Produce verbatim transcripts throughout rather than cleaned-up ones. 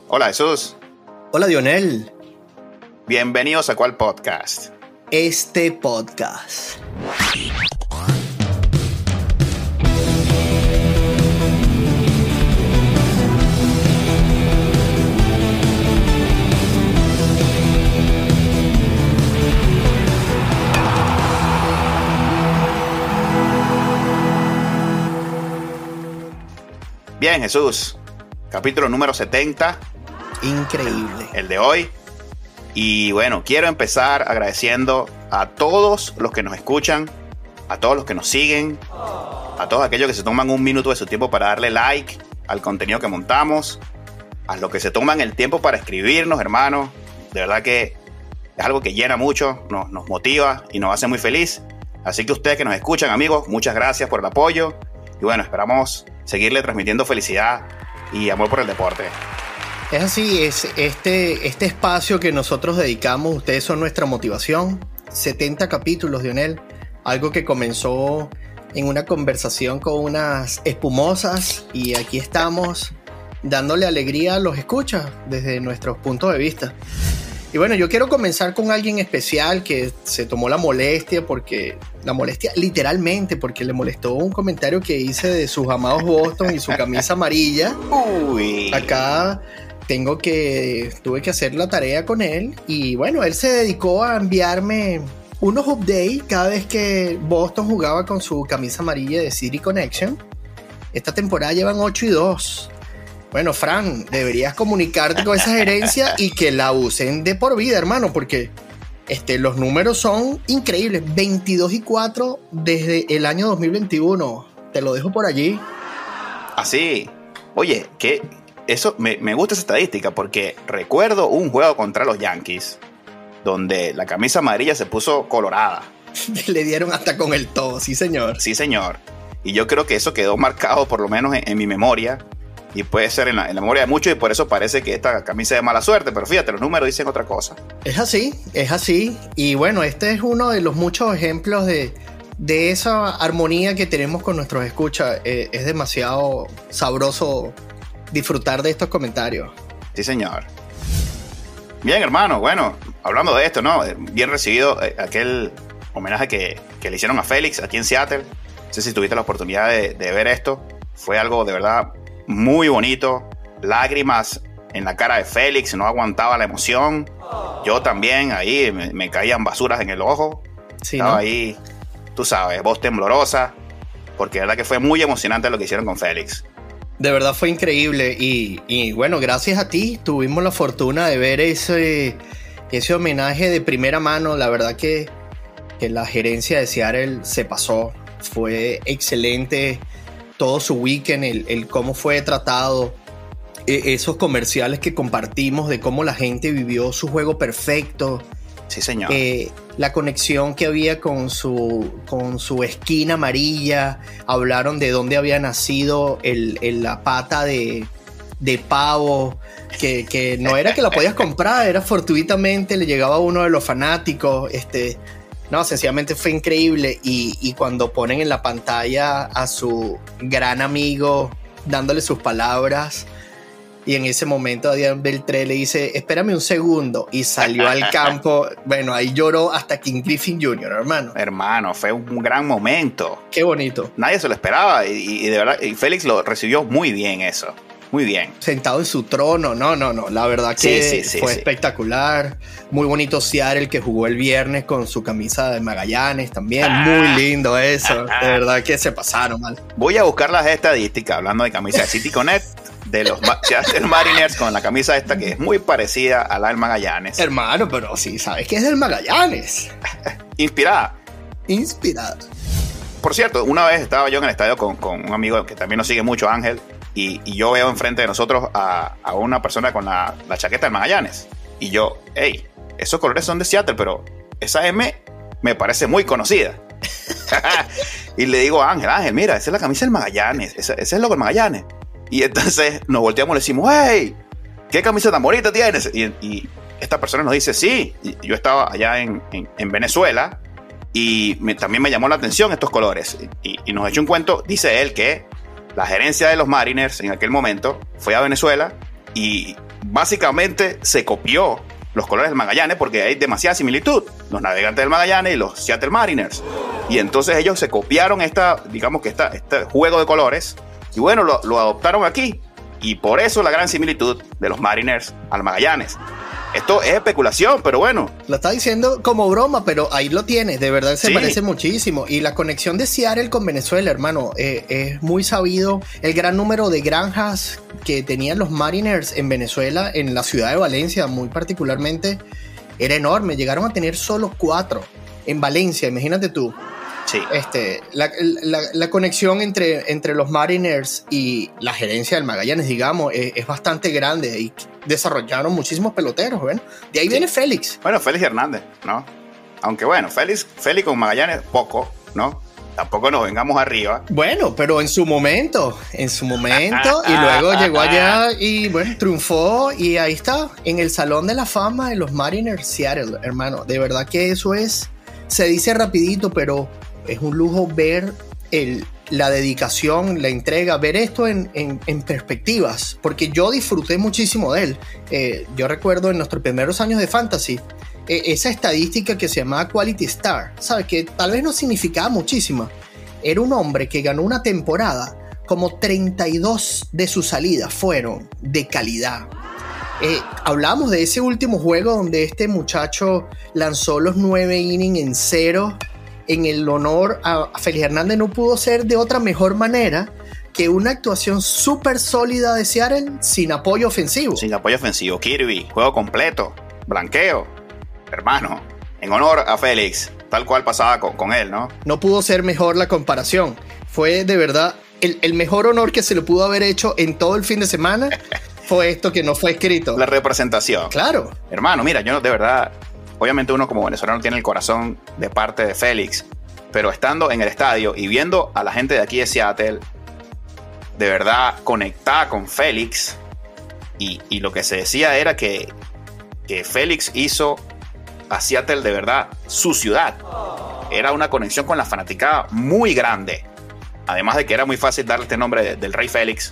Hola Jesús. Hola Dionel. Bienvenidos a ¿Cuál podcast? Este podcast. Bien, Jesús. Capítulo número setenta. Increíble. El, el de hoy. Y bueno, quiero empezar agradeciendo a todos los que nos escuchan, a todos los que nos siguen, a todos aquellos que se toman un minuto de su tiempo para darle like al contenido que montamos, a los que se toman el tiempo para escribirnos, hermano. De verdad que es algo que llena mucho, nos, nos motiva y nos hace muy feliz. Así que ustedes que nos escuchan, amigos, muchas gracias por el apoyo. Y bueno, esperamos seguirle transmitiendo felicidad y amor por el deporte. Es así, es este, este espacio que nosotros dedicamos, ustedes son nuestra motivación. setenta capítulos, Dionel. Algo que comenzó en una conversación con unas espumosas y aquí estamos dándole alegría a los escuchas desde nuestros puntos de vista. Y bueno, yo quiero comenzar con alguien especial que se tomó la molestia, porque la molestia literalmente, porque le molestó un comentario que hice de sus amados Boston y su camisa amarilla. Uy. Acá tengo que, tuve que hacer la tarea con él y bueno, él se dedicó a enviarme unos updates cada vez que Boston jugaba con su camisa amarilla de City Connection. Esta temporada llevan ocho y dos. Bueno, Fran, deberías comunicarte con esa gerencia y que la usen de por vida, hermano, porque este, los números son increíbles. veintidós y cuatro desde el año dos mil veintiuno. Te lo dejo por allí. Así. Oye, que eso me, me gusta esa estadística porque recuerdo un juego contra los Yankees donde la camisa amarilla se puso colorada. Le dieron hasta con el todo, sí señor. Sí señor. Y yo creo que eso quedó marcado por lo menos en, en mi memoria. Y puede ser en la, en la memoria de muchos, y por eso parece que esta camisa es de mala suerte. Pero fíjate, los números dicen otra cosa. Es así, es así. Y bueno, este es uno de los muchos ejemplos de, de esa armonía que tenemos con nuestros escuchas. Eh, es demasiado sabroso disfrutar de estos comentarios. Sí, señor. Bien, hermano, bueno, hablando de esto, ¿no? Bien recibido eh, aquel homenaje que, que le hicieron a Félix aquí en Seattle. No sé si tuviste la oportunidad de, de ver esto. Fue algo de verdad muy bonito. Lágrimas en la cara de Félix, no aguantaba la emoción. Yo también, ahí me, me caían basuras en el ojo. Sí, Estaba ¿no? ahí, tú sabes, voz temblorosa, porque la verdad que fue muy emocionante lo que hicieron con Félix. De verdad fue increíble y, y bueno, gracias a ti tuvimos la fortuna de ver ese, ese homenaje de primera mano. La verdad que, que la gerencia de Seattle se pasó. Fue excelente todo su weekend, el, el cómo fue tratado, eh, esos comerciales que compartimos de cómo la gente vivió su juego perfecto. Sí, señor. Eh, la conexión que había con su, con su esquina amarilla. Hablaron de dónde había nacido el, el, la pata de, de pavo, que, que no era que la podías comprar, era fortuitamente, le llegaba a uno de los fanáticos. Este, no, sencillamente fue increíble. Y, y cuando ponen en la pantalla a su gran amigo dándole sus palabras, y en ese momento Adrián Beltré le dice, espérame un segundo, y salió al campo. Bueno, ahí lloró hasta King Griffin junior, hermano. Hermano, fue un gran momento. Qué bonito. Nadie se lo esperaba y, y de verdad, y Félix lo recibió muy bien eso. Muy bien. Sentado en su trono, no, no, no. La verdad que sí, sí, sí, fue sí. espectacular. Muy bonito Seattle, que jugó el viernes con su camisa de Magallanes también. Ah, muy lindo eso. De verdad que se pasaron, mal. Voy a buscar las estadísticas, hablando de camisa de City Connect, de los Seattle Mariners con la camisa esta que es muy parecida a la del Magallanes. Hermano, pero sí, ¿sabes qué es del Magallanes? Inspirada. Inspirada. Por cierto, una vez estaba yo en el estadio con, con un amigo que también nos sigue mucho, Ángel, y, y yo veo enfrente de nosotros a, a una persona con la, la chaqueta del Magallanes. Y yo, hey, esos colores son de Seattle, pero esa M me parece muy conocida. Y le digo a Ángel, Ángel, mira, esa es la camisa del Magallanes, ese, ese es el logo del Magallanes. Y entonces nos volteamos y le decimos, hey, ¿qué camisa tan bonita tienes? Y, y esta persona nos dice, sí, yo estaba allá en, en, en Venezuela y me, también me llamó la atención estos colores. Y, y nos echó un cuento, dice él, que la gerencia de los Mariners en aquel momento fue a Venezuela y básicamente se copió los colores del Magallanes porque hay demasiada similitud. Los Navegantes del Magallanes y los Seattle Mariners. Y entonces ellos se copiaron esta, digamos que esta, este juego de colores y bueno, lo, lo adoptaron aquí. Y por eso la gran similitud de los Mariners al Magallanes. Esto es especulación, pero bueno. Lo está diciendo como broma, pero ahí lo tienes. De verdad se Sí. parece muchísimo. Y la conexión de Seattle con Venezuela, hermano, eh, es muy sabido. El gran número de granjas que tenían los Mariners en Venezuela, en la ciudad de Valencia muy particularmente, era enorme. Llegaron a tener solo cuatro en Valencia, imagínate tú. Sí. Este, la, la, la conexión entre, entre los Mariners y la gerencia del Magallanes, digamos, es, es bastante grande y desarrollaron muchísimos peloteros, ¿ven? De ahí Sí. viene Félix. Bueno, Félix Hernández, ¿no? Aunque bueno, Félix, Félix con Magallanes, poco, ¿no? Tampoco nos vengamos arriba. Bueno, pero en su momento, en su momento, y luego llegó allá y bueno, triunfó y ahí está, en el Salón de la Fama de los Mariners Seattle, hermano. De verdad que eso es, se dice rapidito, pero es un lujo ver el, la dedicación, la entrega, ver esto en, en, en perspectivas, porque yo disfruté muchísimo de él. Eh, yo recuerdo en nuestros primeros años de Fantasy, eh, esa estadística que se llamaba Quality Star, ¿sabes? Que tal vez no significaba muchísimo. Era un hombre que ganó una temporada, como treinta y dos de sus salidas fueron de calidad. Eh, hablamos de ese último juego donde este muchacho lanzó los nueve innings en cero en el honor a Félix Hernández. No pudo ser de otra mejor manera que una actuación súper sólida de Seattle sin apoyo ofensivo. Sin apoyo ofensivo. Kirby, juego completo, blanqueo. Hermano, en honor a Félix, tal cual pasaba con, con él, ¿no? No pudo ser mejor la comparación. Fue de verdad el, el mejor honor que se le pudo haber hecho en todo el fin de semana. Fue esto que no fue escrito. La representación. Claro. Hermano, mira, yo de verdad, obviamente uno como venezolano tiene el corazón de parte de Félix, pero estando en el estadio y viendo a la gente de aquí de Seattle, de verdad conectada con Félix, y, y lo que se decía era que, que Félix hizo a Seattle de verdad su ciudad. Era una conexión con la fanaticada muy grande. Además de que era muy fácil darle este nombre de, del Rey Félix.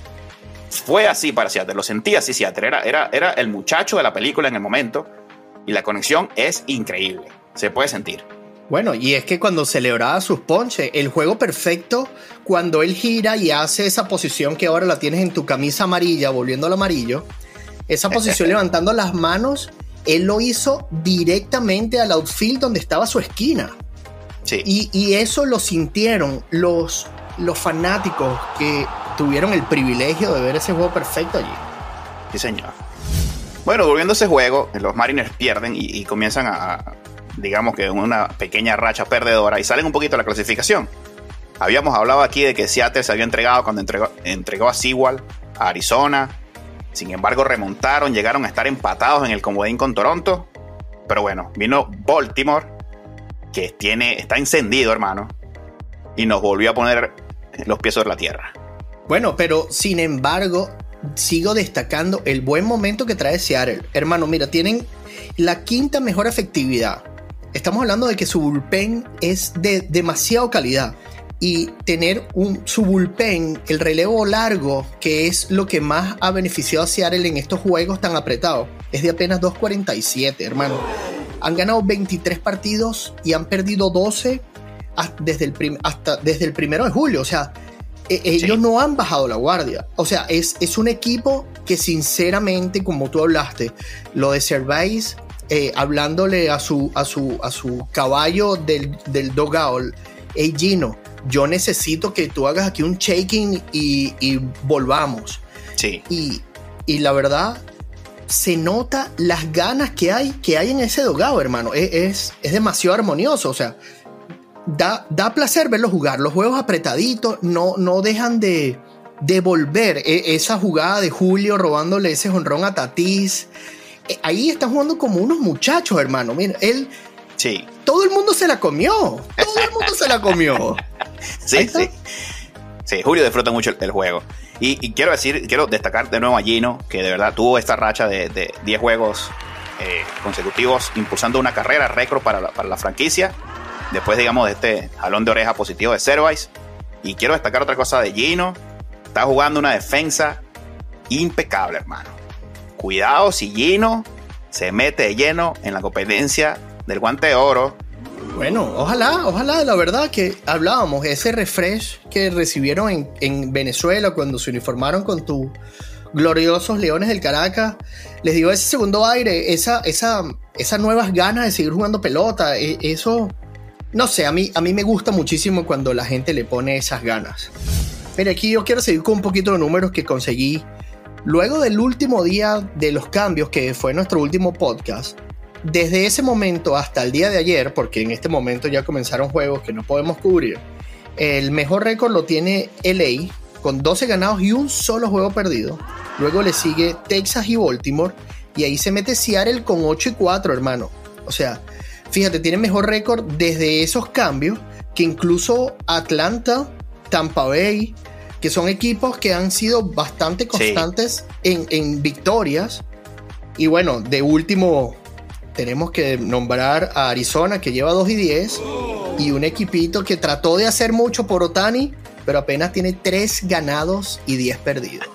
Fue así para Seattle, lo sentía así Seattle. Era, era, era el muchacho de la película en el momento. Y la conexión es increíble. Se puede sentir. Bueno, y es que cuando celebraba sus ponches, el juego perfecto, cuando él gira y hace esa posición que ahora la tienes en tu camisa amarilla, volviendo al amarillo, esa posición levantando las manos, él lo hizo directamente al outfield donde estaba su esquina. Sí. Y, y eso lo sintieron los, los fanáticos que tuvieron el privilegio de ver ese juego perfecto allí. Sí, señor. Bueno, volviendo a ese juego, los Mariners pierden y, y comienzan a, a, digamos que una pequeña racha perdedora y salen un poquito de la clasificación. Habíamos hablado aquí de que Seattle se había entregado cuando entregó, entregó a Sewell a Arizona. Sin embargo, remontaron, llegaron a estar empatados en el comodín con Toronto. Pero bueno, vino Baltimore, que tiene, está encendido, hermano, y nos volvió a poner los pies sobre la tierra. Bueno, pero sin embargo, sigo destacando el buen momento que trae Seattle. Hermano, mira, tienen la quinta mejor efectividad. Estamos hablando de que su bullpen es de demasiada calidad. Y tener un, su bullpen, el relevo largo, que es lo que más ha beneficiado a Seattle en estos juegos tan apretados, es de apenas dos cuarenta y siete, hermano. Han ganado veintitrés partidos y han perdido doce hasta desde el, prim, hasta desde el primero de julio. O sea, eh, ellos sí. no han bajado la guardia. O sea, es, es un equipo que sinceramente, como tú hablaste, lo de Cervais, eh, hablándole a su, a su, a su caballo del, del dugout, hey Gino, yo necesito que tú hagas aquí un shaking y, y volvamos. Sí. Y, y la verdad, se nota las ganas que hay, que hay en ese dogado, hermano. Es, es, es demasiado armonioso. O sea, da, da placer verlos jugar. Los juegos apretaditos no, no dejan de, de volver. E, esa jugada de Julio robándole ese jonrón a Tatis. E, ahí están jugando como unos muchachos, hermano. Mira, él... Sí. Todo el mundo se la comió. Todo el mundo se la comió. Sí, sí. Sí, Julio disfruta mucho el, el juego. Y, y quiero decir, quiero destacar de nuevo a Gino, que de verdad tuvo esta racha de, de diez juegos eh, consecutivos, impulsando una carrera récord para la, para la franquicia. Después, digamos, de este jalón de oreja positivo de Cervais. Y quiero destacar otra cosa de Gino. Está jugando una defensa impecable, hermano. cuidado si Gino se mete de lleno en la competencia del Guante de Oro. Bueno, ojalá, ojalá, la verdad que hablábamos, ese refresh que recibieron en, en Venezuela cuando se uniformaron con tus gloriosos Leones del Caracas, les dio ese segundo aire, esa, esa, esas nuevas ganas de seguir jugando pelota, eso, no sé, a mí, a mí me gusta muchísimo cuando la gente le pone esas ganas. Mira, aquí yo quiero seguir con un poquito de números que conseguí. Luego del último día de los cambios, que fue nuestro último podcast, desde ese momento hasta el día de ayer, porque en este momento ya comenzaron juegos que no podemos cubrir, el mejor récord lo tiene L A con doce ganados y un solo juego perdido. Luego le sigue Texas y Baltimore, y ahí se mete Seattle con ocho y cuatro, hermano. O sea, fíjate, tiene mejor récord desde esos cambios que incluso Atlanta, Tampa Bay, que son equipos que han sido bastante constantes sí. en, en victorias. Y bueno, de último tenemos que nombrar a Arizona, que lleva dos y diez, y un equipito que trató de hacer mucho por Ohtani, pero apenas tiene tres ganados y diez perdidos.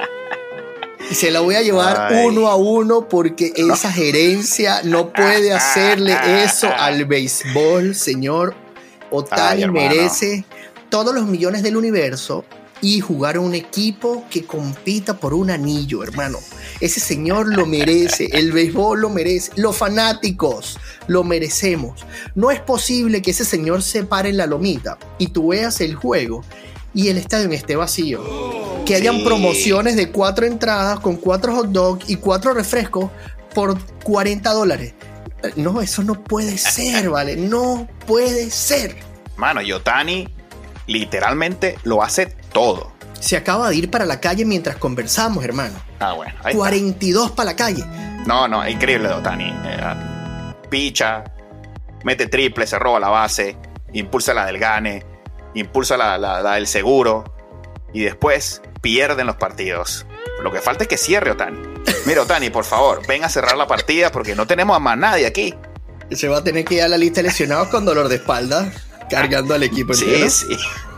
Y se la voy a llevar Ay. uno a uno porque no. esa gerencia no puede hacerle eso al béisbol, señor. Ohtani Ay, merece todos los millones del universo y jugar a un equipo que compita por un anillo, hermano. Ese señor lo merece, el béisbol lo merece, los fanáticos lo merecemos. No es posible que ese señor se pare en la lomita y tú veas el juego y el estadio esté vacío. Que hayan sí. promociones de cuatro entradas con cuatro hot dogs y cuatro refrescos por cuarenta dólares. No, eso no puede ser, ¿vale? No puede ser. Mano, y Ohtani literalmente lo hace todo. Se acaba de ir para la calle mientras conversamos, hermano. Ah, bueno. Ahí cuarenta y dos está. Para la calle. No, no, increíble de Ohtani. Eh, picha, mete triple, se roba la base, impulsa la del gane, impulsa la, la, la del seguro y después pierden los partidos. Lo que falta es que cierre Ohtani. Mira, Ohtani, por favor, ven a cerrar la partida porque no tenemos a más nadie aquí. Se va a tener que ir a la lista de lesionados con dolor de espalda, cargando al equipo entero. Sí, sí.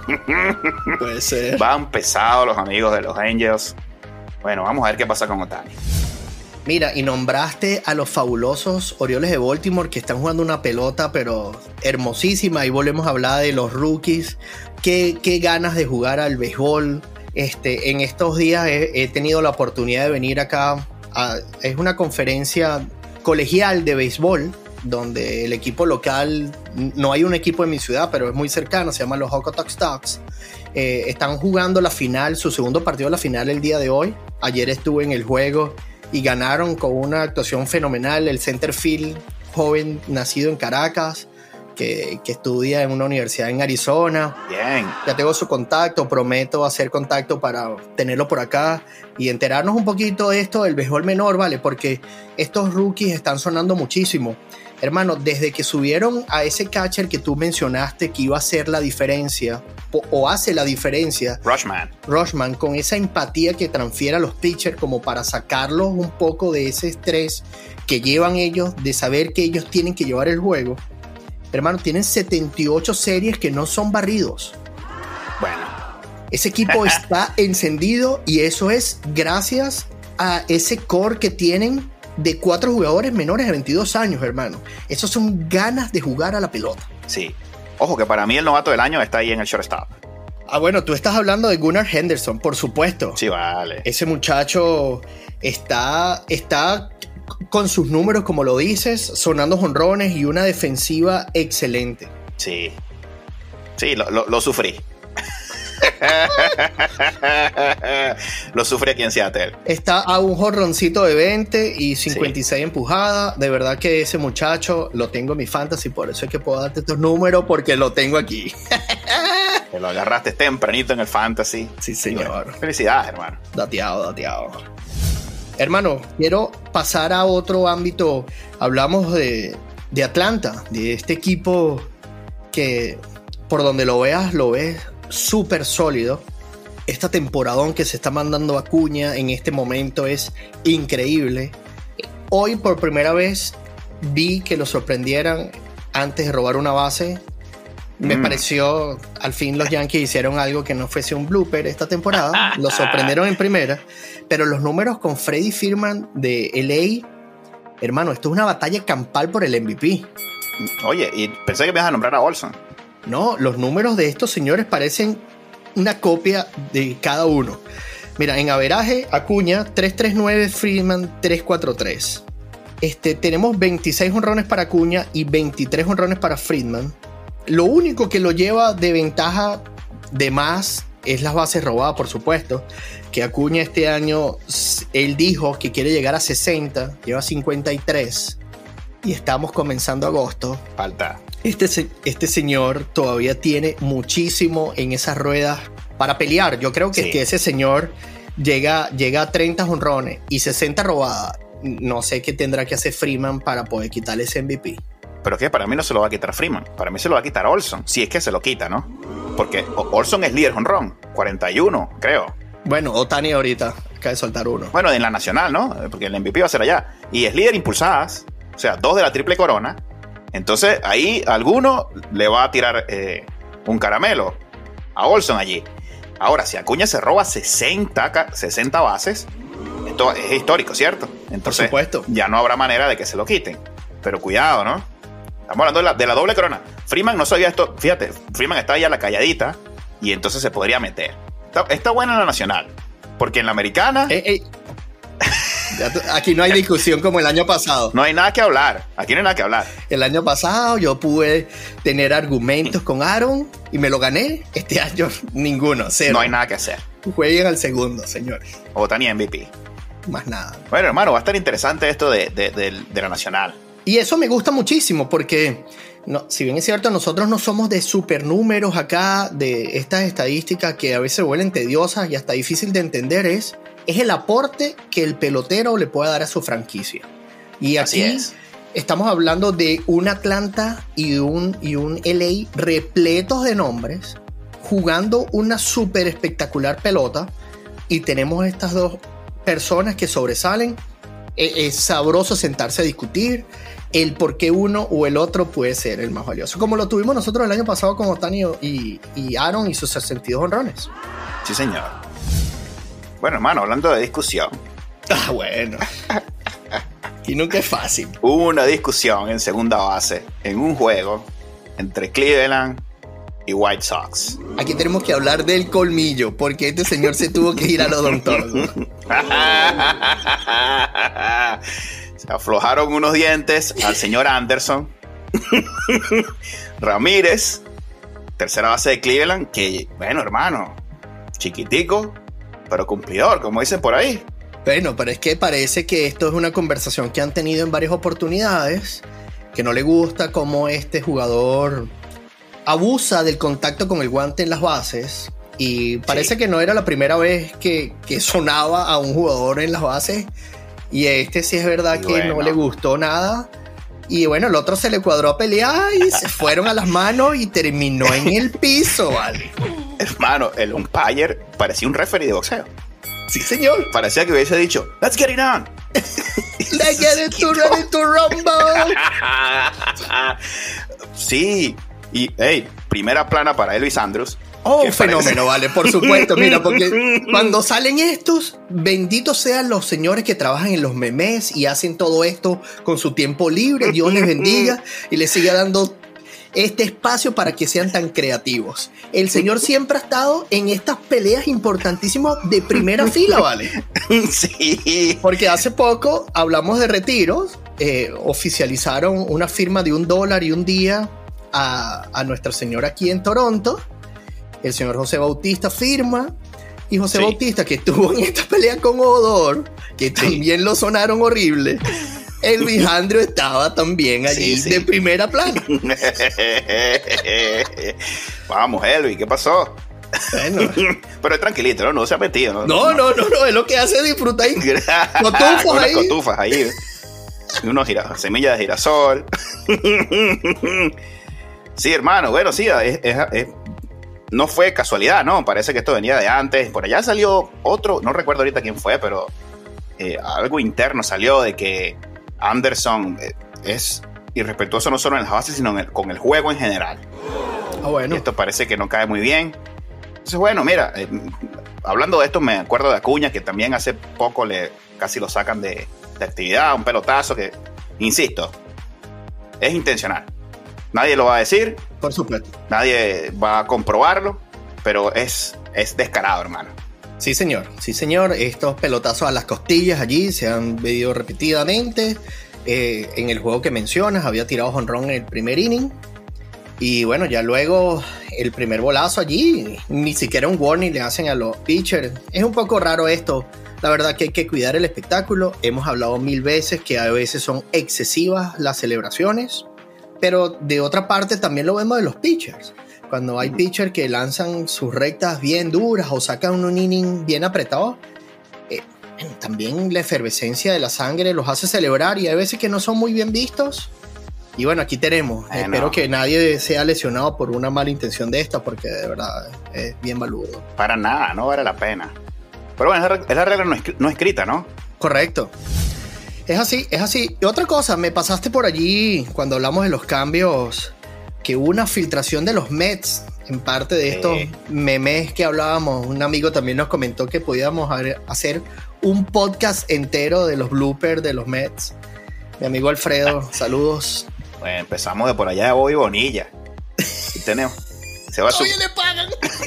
Puede ser. Van pesados los amigos de los Angels. Bueno, vamos a ver qué pasa con Ohtani. Mira, y nombraste a los fabulosos Orioles de Baltimore, que están jugando una pelota pero hermosísima. Ahí volvemos a hablar de los rookies. Qué, qué ganas de jugar al béisbol. Este, en estos días he, he tenido la oportunidad de venir acá a, es una conferencia colegial de béisbol donde el equipo local, no hay un equipo en mi ciudad, pero es muy cercano, se llama los Okotoks Ducks. Eh, están jugando la final, su segundo partido de la final el día de hoy. Ayer estuve en el juego y ganaron con una actuación fenomenal. El center field, joven nacido en Caracas, que, que estudia en una universidad en Arizona. Bien. Ya tengo su contacto, prometo hacer contacto para tenerlo por acá y enterarnos un poquito de esto del béisbol menor, ¿vale? Porque estos rookies están sonando muchísimo. Hermano, desde que subieron a ese catcher que tú mencionaste que iba a hacer la diferencia, o, o hace la diferencia, Rutschman. Rutschman, con esa empatía que transfiere a los pitchers como para sacarlos un poco de ese estrés que llevan ellos, de saber que ellos tienen que llevar el juego. Hermano, tienen setenta y ocho series que no son barridos. Bueno. Ese equipo está encendido y eso es gracias a ese core que tienen de cuatro jugadores menores de veintidós años, hermano. Esos son ganas de jugar a la pelota. Sí. Ojo que para mí el novato del año está ahí en el shortstop. Ah, bueno, tú estás hablando de Gunnar Henderson, por supuesto. Sí, vale. Ese muchacho está, está con sus números, como lo dices, sonando jonrones y una defensiva excelente. Sí. Sí, lo, lo, lo sufrí. Lo sufre aquí en Seattle. Está a un jonroncito de veinte y cincuenta y seis sí. empujadas. De verdad que ese muchacho lo tengo en mi fantasy, por eso es que puedo darte estos números, porque lo tengo aquí. Te lo agarraste tempranito en el fantasy. Sí, señor. Bueno, felicidades, hermano. Dateado, dateado. Hermano, quiero pasar a otro ámbito. Hablamos de, de Atlanta, de este equipo que por donde lo veas, lo ves súper sólido. Esta temporadón que se está mandando Acuña en este momento es increíble. Hoy por primera vez vi que lo sorprendieran antes de robar una base. Me Mm. pareció, al fin los Yankees hicieron algo que no fuese un blooper esta temporada. Los sorprendieron en primera. Pero los números con Freddie Freeman de L A, hermano, esto es una batalla campal por el M V P. Oye, y pensé que me ibas a nombrar a Olson. No, los números de estos señores parecen una copia de cada uno. Mira, en averaje, Acuña, tres treinta y nueve, Freeman, tres cuarenta y tres. Este, tenemos veintiséis honrones para Acuña y veintitrés honrones para Freeman. Lo único que lo lleva de ventaja de más es las bases robadas, por supuesto. Que Acuña este año, él dijo que quiere llegar a sesenta, lleva cincuenta y tres. Y estamos comenzando agosto. Falta. Este, se- este señor todavía tiene muchísimo en esas ruedas para pelear. Yo creo que, Sí. que ese señor llega, llega a treinta honrones y sesenta robadas. No sé qué tendrá que hacer Freeman para poder quitarle ese M V P. Pero que para mí no se lo va a quitar Freeman. Para mí se lo va a quitar Olson. Si es que se lo quita, ¿no? Porque O- Olson es líder jonrón. cuarenta y uno, creo. Bueno, Otani ahorita acaba de soltar uno. Bueno, en la nacional, ¿no? Porque el M V P va a ser allá. Y es líder impulsadas. O sea, dos de la triple corona. Entonces, ahí alguno le va a tirar eh, un caramelo a Olson allí. Ahora, si Acuña se roba sesenta, ca- sesenta bases, esto es histórico, ¿cierto? Entonces, Por supuesto. ya no habrá manera de que se lo quiten. Pero cuidado, ¿no? Estamos hablando de la, de la doble corona. Freeman no sabía esto. Fíjate, Freeman está ahí a la calladita y entonces se podría meter. Está, está buena en la nacional. Porque en la americana Ey, ey. Ya tú- aquí no hay discusión como el año pasado. no hay nada que hablar. Aquí no hay nada que hablar. El año pasado yo pude tener argumentos con Aaron y me lo gané. Este año ninguno, cero. No hay nada que hacer. Jueguen al segundo, señores. Otani M V P. Más nada. Bueno, hermano, va a estar interesante esto de, de, de, de la nacional. Y eso me gusta muchísimo porque, no, si bien es cierto, nosotros no somos de supernúmeros acá, de estas estadísticas que a veces vuelven tediosas y hasta difícil de entender, es, es el aporte que el pelotero le puede dar a su franquicia. Y Así aquí es. estamos hablando de un Atlanta y un, y un L A repletos de nombres, jugando una súper espectacular pelota, y tenemos estas dos personas que sobresalen. Es, es sabroso sentarse a discutir el por qué uno o el otro puede ser el más valioso, como lo tuvimos nosotros el año pasado con Otani y, y Aaron y sus sesenta y dos honrones. Sí, señor. Bueno, hermano, hablando de discusión, Ah, bueno. Y nunca es fácil. hubo una discusión en segunda base en un juego entre Cleveland y White Sox. Aquí tenemos que hablar del colmillo, porque este señor se tuvo que ir al odontólogo. Se aflojaron unos dientes al señor Anderson. Ramírez, tercera base de Cleveland, que, bueno, hermano, chiquitico, pero cumplidor, como dicen por ahí. Bueno, pero es que parece que esto es una conversación que han tenido en varias oportunidades, que no le gusta cómo este jugador abusa del contacto con el guante en las bases, y parece Sí. que no era la primera vez que, que sonaba a un jugador en las bases, y este sí es verdad Y que bueno. no le gustó nada. Y bueno, el otro se le cuadró a pelear y se fueron a las manos y terminó en el piso, ¿vale? Hermano, el umpire parecía un referee de boxeo. Sí, señor. Parecía que hubiese dicho, let's get it on. Let's get it to ready to rumble. Sí, y hey, primera plana para Elvis Andrus. Oh, que un fenómeno, parece- vale, por supuesto. Mira, porque cuando salen estos, benditos sean los señores que trabajan en los memes y hacen todo esto con su tiempo libre. Dios les bendiga y les siga dando este espacio para que sean tan creativos. El señor siempre ha estado en estas peleas importantísimas de primera fila, ¿vale? Sí. Porque hace poco hablamos de retiros, eh, oficializaron una firma de un dólar y un día a, a nuestro señor aquí en Toronto. El señor José Bautista firma, y José Sí. Bautista, que estuvo en esta pelea con Odor, que también lo sonaron horrible. Elvis Andrew estaba también allí Sí, sí. de primera plana. Vamos, Elvis, ¿qué pasó? Bueno, Pero es tranquilito, ¿no? No se ha metido. No, no, no, no, no, es lo que hace disfrutar. ahí. Cotufas Cotufas ahí. cotufas ahí. Unos gira- semillas de girasol. Sí, hermano, bueno, sí, es, es- es- no fue casualidad, ¿no? Parece que esto venía de antes. Por allá salió otro, no recuerdo ahorita quién fue, pero eh, algo interno salió de que Anderson eh, es irrespetuoso no solo en las bases, sino en el- con el juego en general. Ah, bueno. Y esto parece que no cae muy bien. Entonces, bueno, mira, eh, hablando de esto, me acuerdo de Acuña, que también hace poco le casi lo sacan de, de actividad, un pelotazo que, insisto, es intencional. Nadie lo va a decir. Por supuesto. Nadie va a comprobarlo, pero es, es descarado, hermano. Sí, señor. Sí, señor. Estos pelotazos a las costillas allí se han visto repetidamente. Eh, en el juego que mencionas, había tirado jonrón en el primer inning. Y bueno, ya luego el primer bolazo allí, ni siquiera un warning le hacen a los pitchers. Es un poco raro esto. La verdad que hay que cuidar el espectáculo. Hemos hablado mil veces que a veces son excesivas las celebraciones. Pero de otra parte también lo vemos de los pitchers. Cuando hay pitchers que lanzan sus rectas bien duras o sacan un inning bien apretado, eh, también la efervescencia de la sangre los hace celebrar y hay veces que no son muy bien vistos. Y bueno, aquí tenemos. Eh, Espero no. que nadie sea lesionado por una mala intención de esta, porque de verdad es bien maludo. Para nada, no vale la pena. Pero bueno, es la regla no, es, no escrita, ¿no? Correcto. Es así, es así. Y otra cosa, me pasaste por allí cuando hablamos de los cambios, que hubo una filtración de los Mets en parte de estos sí. memes que hablábamos. Un amigo también nos comentó que podíamos hacer un podcast entero de los bloopers de los Mets. Mi amigo Alfredo, saludos. Bueno, empezamos de por allá de Bobby Bonilla. Y tenemos. Se va a Oye, le pagan.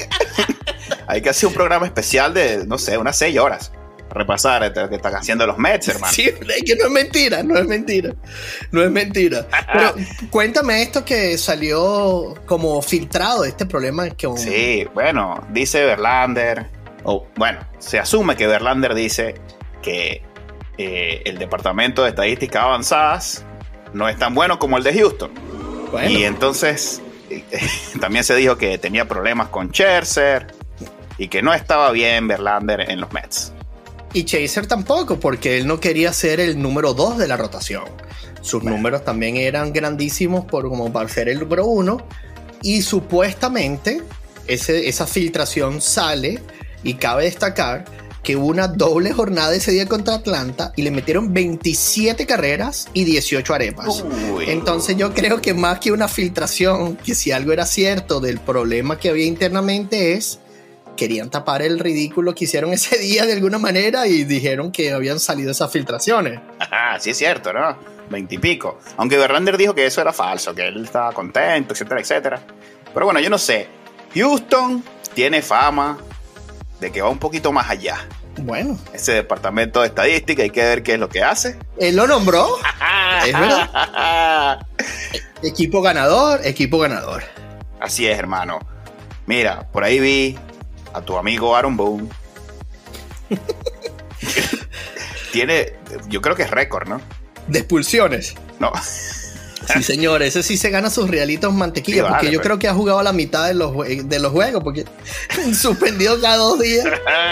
Hay que hacer un programa especial de, no sé, unas seis horas. Repasar lo que están haciendo los Mets, hermano. Sí, es que no es mentira, no es mentira. No es mentira. Pero cuéntame esto que salió como filtrado, este problema. Que un... Sí, bueno, dice Verlander, o bueno, se asume que Verlander dice que eh, el Departamento de Estadísticas Avanzadas no es tan bueno como el de Houston. Bueno. Y entonces eh, también se dijo que tenía problemas con Scherzer y que no estaba bien Verlander en los Mets. Y Chaser tampoco, porque él no quería ser el número dos de la rotación. Sus bueno. números también eran grandísimos por, como para ser el número uno. Y supuestamente ese, esa filtración sale, y cabe destacar que hubo una doble jornada ese día contra Atlanta y le metieron veintisiete carreras y dieciocho arepas. Uy. Entonces yo creo que más que una filtración, que si algo era cierto del problema que había internamente es... querían tapar el ridículo que hicieron ese día de alguna manera y dijeron que habían salido esas filtraciones. Ajá, sí es cierto, ¿no? Veintipico. Aunque Verlander dijo que eso era falso, que él estaba contento, etcétera, etcétera. Pero bueno, yo no sé. Houston tiene fama de que va un poquito más allá. Bueno. Ese departamento de estadística, hay que ver qué es lo que hace. Él lo nombró. Es verdad. Equipo ganador, equipo ganador. Así es, hermano. Mira, por ahí vi a tu amigo Aaron Boone. Tiene, yo creo que es récord, ¿no? De expulsiones. No. Sí, señor, ese sí se gana sus realitos mantequilla, sí, vale, porque yo pero... creo que ha jugado la mitad de los, de los juegos, porque suspendido cada dos días.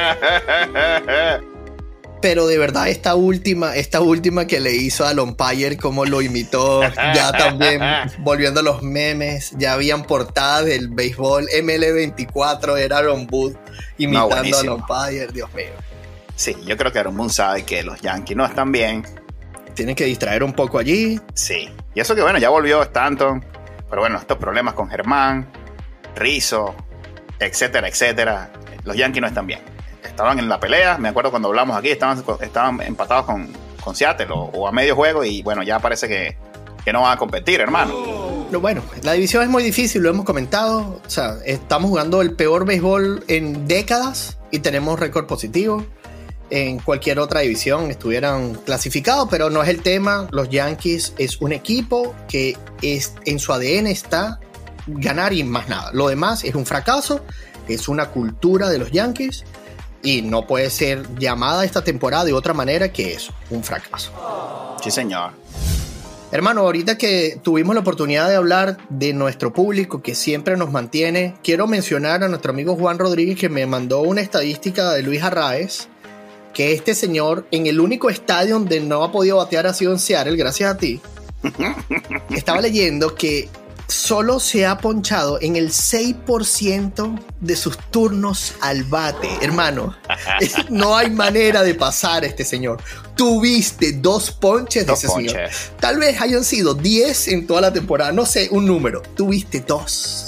Pero de verdad, esta última, esta última que le hizo al umpire, como lo imitó, ya también volviendo a los memes, ya habían portadas del béisbol, M L veinticuatro era Aaron Boone imitando no, al umpire, Dios mío. Sí, yo creo que Aaron Boone sabe que los Yankees no están bien. Tienen que distraer un poco allí. Sí, y eso que bueno, ya volvió Stanton, pero bueno, estos problemas con Germán, Rizzo, etcétera, etcétera, los Yankees no están bien. Estaban en la pelea, me acuerdo cuando hablamos aquí, estaban, estaban empatados con, con Seattle o, o a medio juego y bueno, ya parece que, que no van a competir, hermano. Pero bueno, la división es muy difícil, lo hemos comentado, o sea, estamos jugando el peor béisbol en décadas y tenemos récord positivo. En cualquier otra división estuvieran clasificados, pero no es el tema. Los Yankees es un equipo que es, en su A D N está ganar y más nada. Lo demás es un fracaso, es una cultura de los Yankees y no puede ser llamada esta temporada de otra manera que eso, un fracaso. Sí, señor. Hermano, ahorita que tuvimos la oportunidad de hablar de nuestro público que siempre nos mantiene, quiero mencionar a nuestro amigo Juan Rodríguez, que me mandó una estadística de Luis Arraez, que este señor, en el único estadio donde no ha podido batear ha sido en Seattle, gracias a ti. Estaba leyendo que solo se ha ponchado en el seis por ciento de sus turnos al bate. Hermano, no hay manera de pasar a este señor. Tuviste dos ponches de dos ese ponches. Señor. Tal vez hayan sido diez en toda la temporada, no sé, un número. Tuviste dos.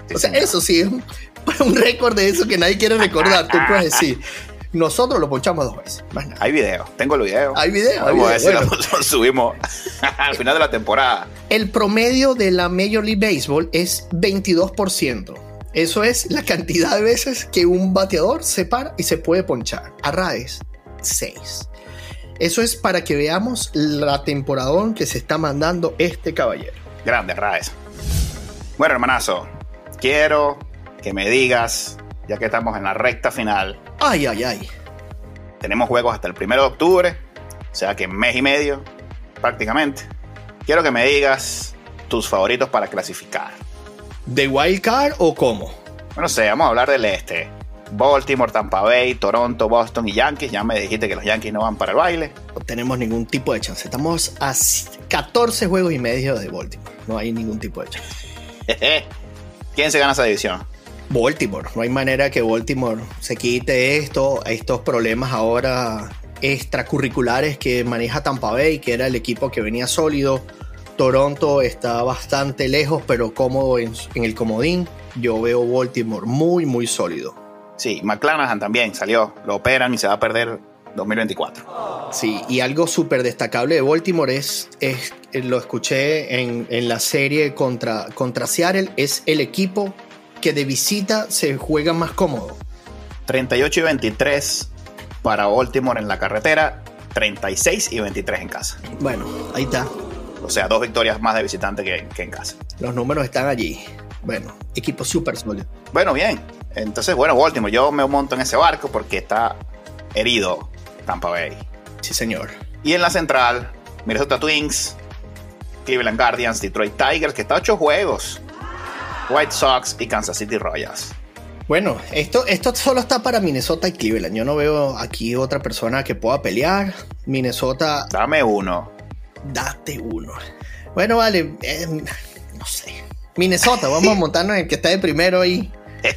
O sea, eso sí es un, un récord de eso que nadie quiere recordar. Tú puedes decir, nosotros lo ponchamos dos veces. Más nada. Hay video, tengo el video. Hay video. Vamos hay a video. ver Bueno, si lo, lo subimos al final de la temporada. el promedio de la Major League Baseball es veintidós por ciento. Eso es la cantidad de veces que un bateador se para y se puede ponchar. Arraez, seis. Eso es para que veamos la temporadón que se está mandando este caballero. Grande, Raes. Bueno, hermanazo, quiero que me digas, ya que estamos en la recta final, Ay, ay, ay. tenemos juegos hasta el primero de octubre, o sea que en mes y medio, prácticamente. Quiero que me digas tus favoritos para clasificar. ¿De Wild Card o cómo? Bueno, sé, vamos a hablar del este. Baltimore, Tampa Bay, Toronto, Boston y Yankees. Ya me dijiste que los Yankees no van para el baile. No tenemos ningún tipo de chance. Estamos a catorce juegos y medio de Baltimore. No hay ningún tipo de chance. ¿Quién se gana esa división? Baltimore. No hay manera que Baltimore se quite esto, estos problemas ahora extracurriculares que maneja Tampa Bay, que era el equipo que venía sólido. Toronto está bastante lejos, pero cómodo en, en el comodín. Yo veo Baltimore muy, muy sólido. Sí, McClanahan también salió. Lo operan y se va a perder dos mil veinticuatro. Sí, y algo súper destacable de Baltimore es, es lo escuché en, en la serie contra, contra Seattle, es el equipo que de visita se juega más cómodo. treinta y ocho y veintitrés para Baltimore en la carretera, treinta y seis y veintitrés en casa. Bueno, ahí está. O sea, dos victorias más de visitante que, que en casa. Los números están allí. Bueno, equipo súper sólido. Bueno, bien. Entonces, bueno, Baltimore, yo me monto en ese barco porque está herido Tampa Bay. Sí, señor. Y en la central, Minnesota Twins, Cleveland Guardians, Detroit Tigers, que está a ocho juegos, White Sox y Kansas City Royals. Bueno, esto, esto solo está para Minnesota y Cleveland. Yo no veo aquí otra persona que pueda pelear. Minnesota... Dame uno. Date uno. Bueno, vale. Eh, no sé. Minnesota, vamos a montarnos en el que está de primero ahí.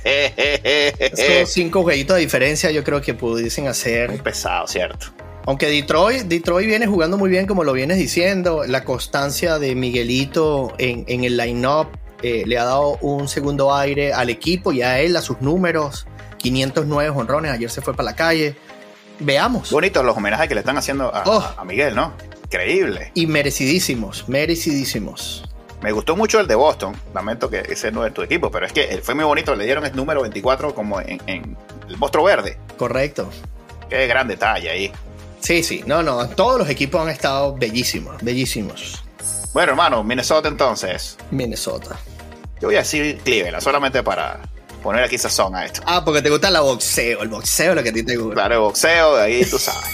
Esos cinco jueguitos de diferencia yo creo que pudiesen hacer. Muy pesado, ¿cierto? Aunque Detroit, Detroit viene jugando muy bien, como lo vienes diciendo. La constancia de Miguelito en, en el line-up eh, le ha dado un segundo aire al equipo y a él, a sus números. quinientos nueve jonrones, ayer se fue para la calle. Veamos. Bonitos los homenajes que le están haciendo a, Oh. a Miguel, ¿no? Increíble. Y merecidísimos, merecidísimos. Me gustó mucho el de Boston. Lamento que ese no es tu equipo, pero es que fue muy bonito. Le dieron el número veinticuatro como en, en el monstruo verde. Correcto. Qué gran detalle ahí. Sí, sí. No, no. Todos los equipos han estado bellísimos, bellísimos. Bueno, hermano, Minnesota entonces. Minnesota. Yo voy a decir Cleveland, solamente para poner aquí sazón a esto. Ah, porque te gusta el boxeo. El boxeo es lo que a ti te gusta. Claro, el boxeo, de ahí tú sabes.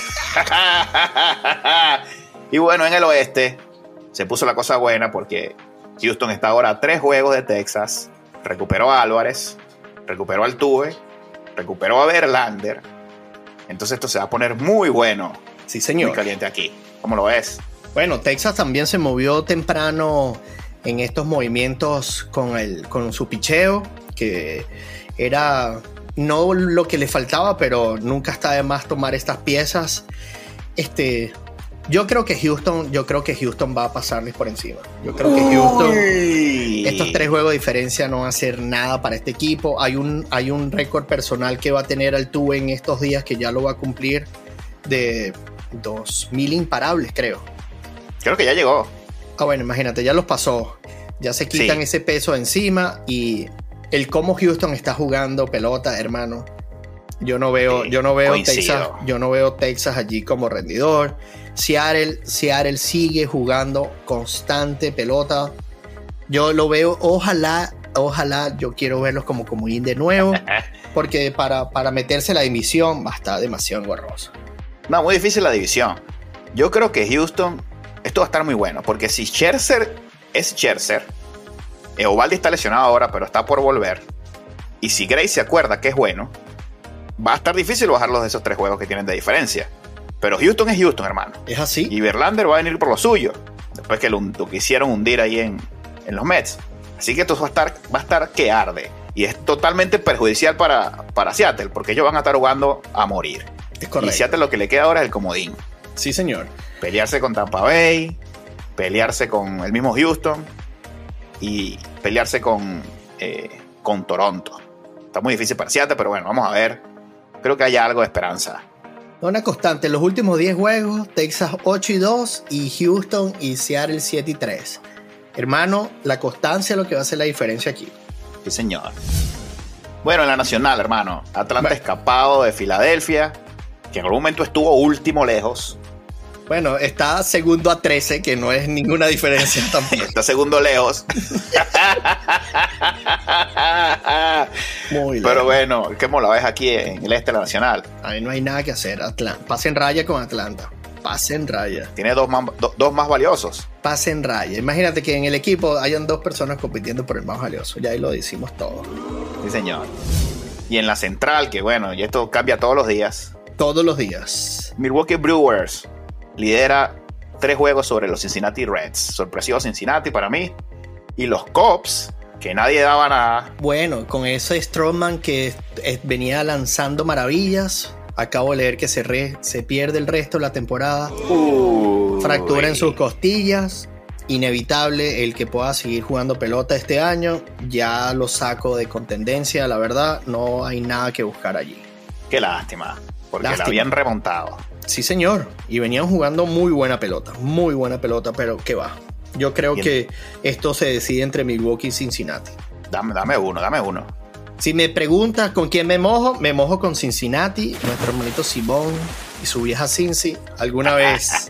Y bueno, en el oeste se puso la cosa buena porque Houston está ahora a tres juegos de Texas. Recuperó a Álvarez, recuperó a Altuve, recuperó a Verlander. Entonces esto se va a poner muy bueno. Sí, señor. Muy caliente aquí. ¿Cómo lo ves? Bueno, Texas también se movió temprano en estos movimientos con, el, con su picheo, que era no lo que le faltaba, pero nunca está de más tomar estas piezas. Este, yo creo que Houston, yo creo que Houston va a pasarles por encima. Yo creo que Houston, Uy. estos tres juegos de diferencia no van a hacer nada para este equipo. Hay un, hay un récord personal que va a tener Altuve en estos días que ya lo va a cumplir de dos mil imparables, creo. Creo que ya llegó. Ah, bueno, imagínate, ya los pasó. Ya se quitan Sí. ese peso de encima y el cómo Houston está jugando pelota, hermano. Yo no veo, Sí, yo no veo coincido. Texas, yo no veo Texas allí como rendidor. Seattle, Seattle sigue jugando constante pelota. Yo lo veo, ojalá, ojalá, yo quiero verlos como comodín de nuevo, porque para, para meterse en la división va a estar demasiado engorroso. No, muy difícil la división. Yo creo que Houston, esto va a estar muy bueno, porque si Scherzer es Scherzer, Eovaldi está lesionado ahora, pero está por volver, y si Gray se acuerda que es bueno, va a estar difícil bajarlos de esos tres juegos que tienen de diferencia. Pero Houston es Houston, hermano. ¿Es así? Y Verlander va a venir por lo suyo, después que lo, lo quisieron hundir ahí en, en los Mets. Así que esto va a estar, va a estar que arde. Y es totalmente perjudicial para, para Seattle, porque ellos van a estar jugando a morir. Es Y correcto. Seattle lo que le queda ahora es el comodín. Sí, señor. Pelearse con Tampa Bay, pelearse con el mismo Houston y pelearse con eh, con Toronto. Está muy difícil para Seattle, pero bueno, vamos a ver. Creo que hay algo de esperanza. Una constante, en los últimos diez juegos, Texas ocho y dos y Houston y Seattle siete y tres. Hermano, la constancia es lo que va a hacer la diferencia aquí. Sí, señor. Bueno, en la nacional, hermano, Atlanta bueno. escapado de Filadelfia, que en algún momento estuvo último lejos. Bueno, está segundo a trece, que no es ninguna diferencia tampoco. Está segundo lejos. Muy lejos. Pero bueno, ¿cómo la ves aquí en el este de la nacional? Ahí no hay nada que hacer. Atlanta. Pasen raya con Atlanta. Pasen raya. Tiene dos más, do, dos más valiosos. Pasen raya. Imagínate que en el equipo hayan dos personas compitiendo por el más valioso. Ya ahí lo decimos todo. Sí, señor. Y en la central, que bueno, y esto cambia todos los días. Todos los días. Milwaukee Brewers lidera tres juegos sobre los Cincinnati Reds. Sorpresivo Cincinnati para mí. Y los Cubs, que nadie daba nada. Bueno, con ese Stroman que venía lanzando maravillas. Acabo de leer que se, re, se pierde el resto de la temporada. Uh, Fractura en sus costillas. Inevitable el que pueda seguir jugando pelota este año. Ya lo saco de contendencia, la verdad. No hay nada que buscar allí. Qué lástima, porque lástima. La habían remontado. Sí, señor. Y venían jugando muy buena pelota. Muy buena pelota, pero ¿qué va? Yo creo Bien. que esto se decide entre Milwaukee y Cincinnati. Dame, dame uno, dame uno. Si me preguntas con quién me mojo, me mojo con Cincinnati, nuestro hermanito Simón y su vieja Cincy, alguna vez.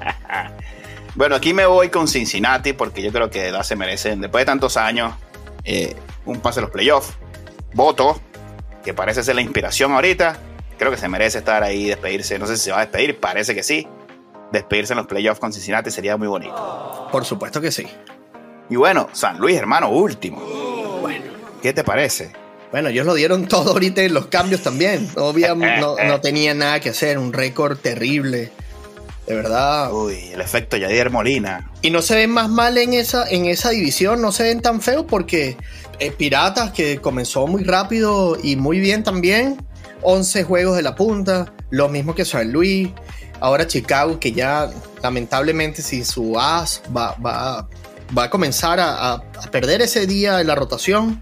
Bueno, aquí me voy con Cincinnati porque yo creo que de verdad se merecen, después de tantos años, eh, un pase a los playoffs. Voto, que parece ser la inspiración ahorita. Creo que se merece estar ahí, despedirse. No sé si se va a despedir, parece que sí. Despedirse en los playoffs con Cincinnati sería muy bonito. Por supuesto que sí. Y bueno, San Luis, hermano, último. Bueno, ¿qué te parece? Bueno, ellos lo dieron todo ahorita en los cambios también. Obviamente no, no tenían nada que hacer, un récord terrible. De verdad. Uy, el efecto Yadier Molina. Y no se ven más mal en esa, en esa división, no se ven tan feos porque eh, Piratas, que comenzó muy rápido y muy bien también, once juegos de la punta, lo mismo que San Luis. Ahora Chicago, que ya lamentablemente si su as va, va, va a comenzar a, a, a perder ese día en la rotación.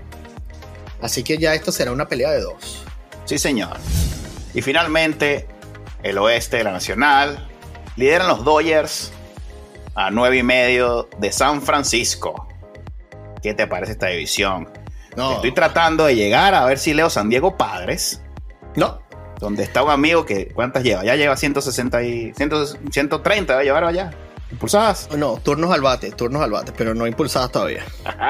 Así que ya esto será una pelea de dos. Sí, señor. Y finalmente, el oeste de la Nacional. Lideran los Dodgers a nueve y medio de San Francisco. ¿Qué te parece esta división? No. Estoy tratando de llegar a ver si leo San Diego Padres. No. Donde está un amigo que, ¿cuántas lleva? Ya lleva ciento sesenta y cien, ciento treinta, ¿va a llevar allá? ¿Impulsadas? No, turnos al bate, turnos al bate, pero no impulsadas todavía.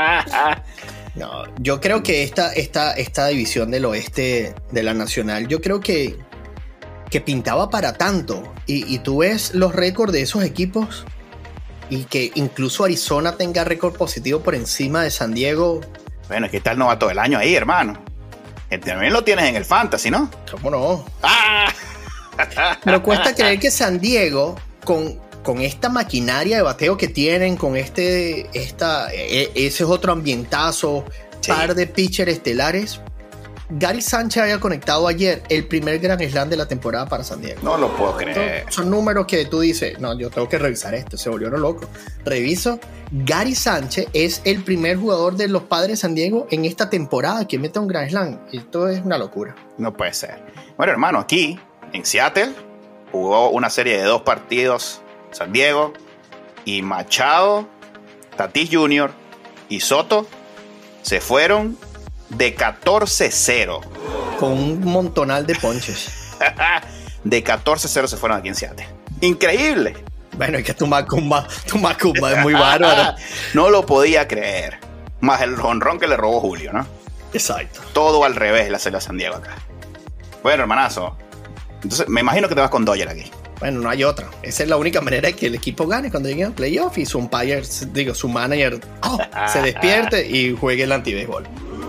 No, yo creo que esta, esta, esta división del oeste de la Nacional, yo creo que, que pintaba para tanto. Y, y tú ves los récords de esos equipos y que incluso Arizona tenga récord positivo por encima de San Diego. Bueno, es que está el novato del año ahí, hermano. También lo tienes en el Fantasy, ¿no? ¿Cómo no? ¡Ah! Pero cuesta creer que San Diego, con, con esta maquinaria de bateo que tienen, con este, esta, e, ese es otro ambientazo, sí. Par de pitchers estelares, Gary Sánchez haya conectado ayer el primer Grand Slam de la temporada para San Diego. No lo puedo creer. Son, son números que tú dices, no, yo tengo que revisar esto, se volvieron locos. Reviso, Gary Sánchez es el primer jugador de los Padres de San Diego en esta temporada que mete un Grand Slam. Esto es una locura. No puede ser. Bueno, hermano, aquí en Seattle jugó una serie de dos partidos San Diego y Machado, Tatis junior y Soto se fueron de catorce cero. Con un montonal de ponches. De catorce cero se fueron aquí en Seattle. Increíble. Bueno, es que tu Macumba, tu Macumba es muy bárbaro. No lo podía creer. Más el jonrón que le robó Julio, ¿no? Exacto. Todo al revés la celda San Diego acá. Bueno, hermanazo. Entonces, me imagino que te vas con Dodger aquí. Bueno, no hay otra. Esa es la única manera de que el equipo gane cuando llegue al playoff y su umpire, digo, su manager oh, se despierte y juegue el anti-béisbol.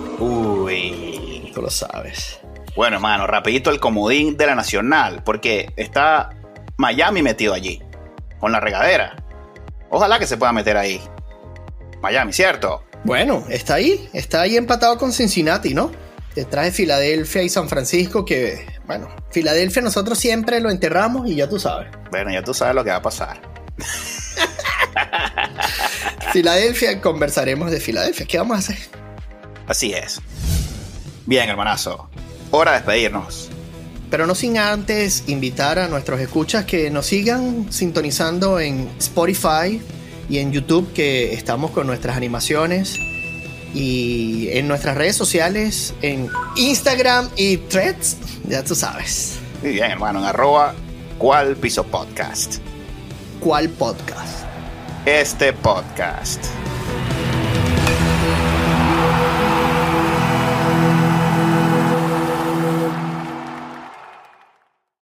Uy. Tú lo sabes. Bueno, hermano, rapidito el comodín de la Nacional, porque está Miami metido allí, con la regadera. Ojalá que se pueda meter ahí. Miami, ¿cierto? Bueno, está ahí, está ahí empatado con Cincinnati, ¿no? Detrás de Filadelfia y San Francisco, que, bueno, Filadelfia nosotros siempre lo enterramos y ya tú sabes. Bueno, ya tú sabes lo que va a pasar. Filadelfia, conversaremos de Filadelfia. ¿Qué vamos a hacer? Así es. Bien, hermanazo. Hora de despedirnos. Pero no sin antes invitar a nuestros escuchas que nos sigan sintonizando en Spotify y en YouTube, que estamos con nuestras animaciones, y en nuestras redes sociales, en Instagram y Threads, ya tú sabes. Muy bien, hermano, en arroba cuál piso podcast. ¿Cuál podcast? Este podcast.